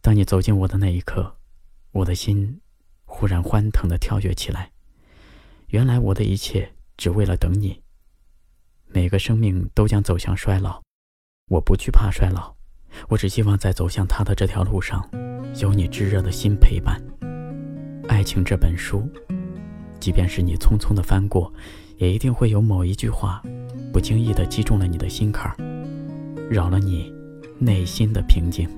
当你走进我的那一刻，我的心忽然欢腾地跳跃起来。原来我的一切只为了等你。每个生命都将走向衰老，我不惧怕衰老，我只希望在走向它的这条路上，有你炙热的心陪伴。爱情这本书，即便是你匆匆地翻过，也一定会有某一句话不经意地击中了你的心坎，扰了你内心的平静。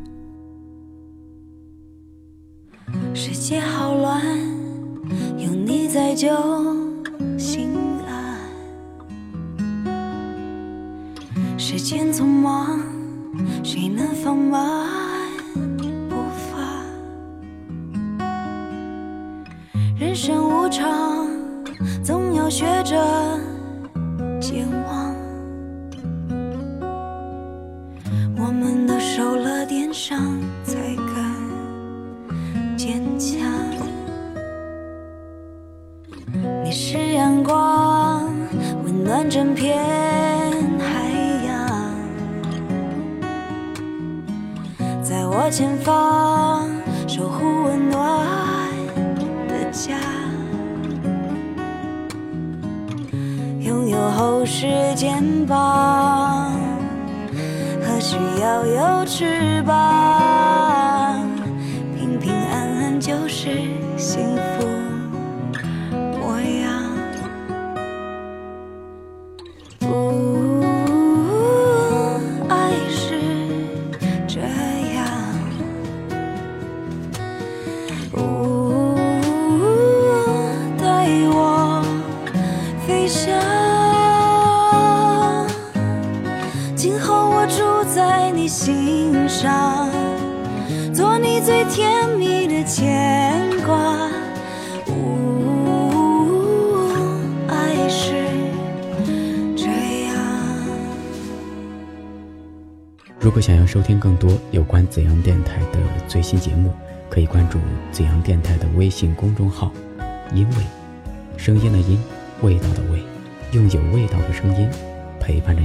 世界好乱，有你在就心安。时间匆忙，谁能放慢步伐？人生无常，总要学着健忘。我们都受了点伤，才更坚强。你是阳光，温暖整片海洋。在我前方，守护温暖的家。拥有厚实肩膀，何须要有翅膀？平平安安就是幸福模样。爱是这样。带我飞翔。今后我住在你心上，做你最甜蜜的牵挂。爱是这样。 如果想要收听更多有关紫阳电台的最新节目，可以关注紫阳电台的微信公众号音味，声音的音，味道的味，用有味道的声音陪伴着你。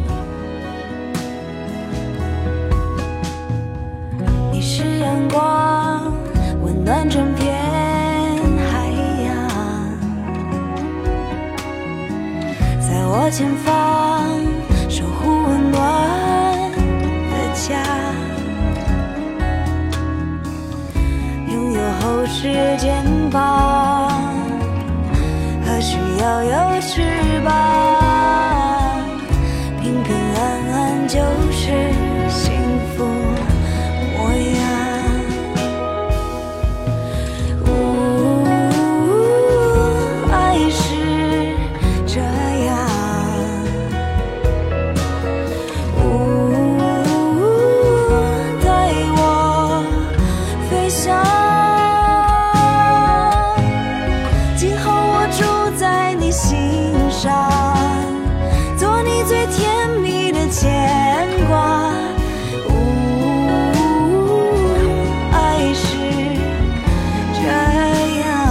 你是阳光，温暖整片海洋。在我前方，守护温暖的家。拥有厚实肩膀，何须要有翅膀？平平安安就是幸福模样。爱是这样。带我飞翔。今后我住在你心上，做你最甜蜜的牵挂。爱是这样。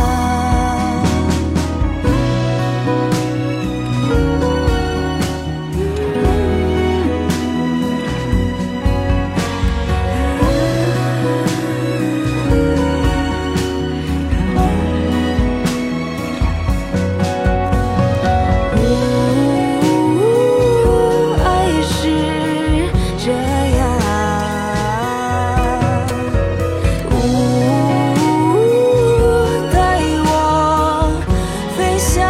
爱是这样。带我飞翔。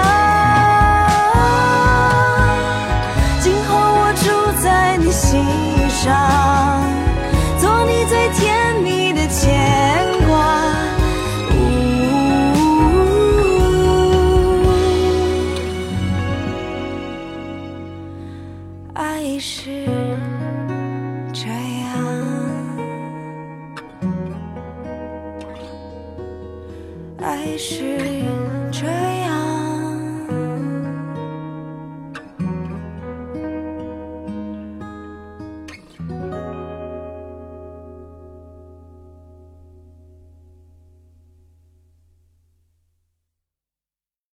今后我住在你心上，做你最甜蜜的牵挂。爱是这样。爱是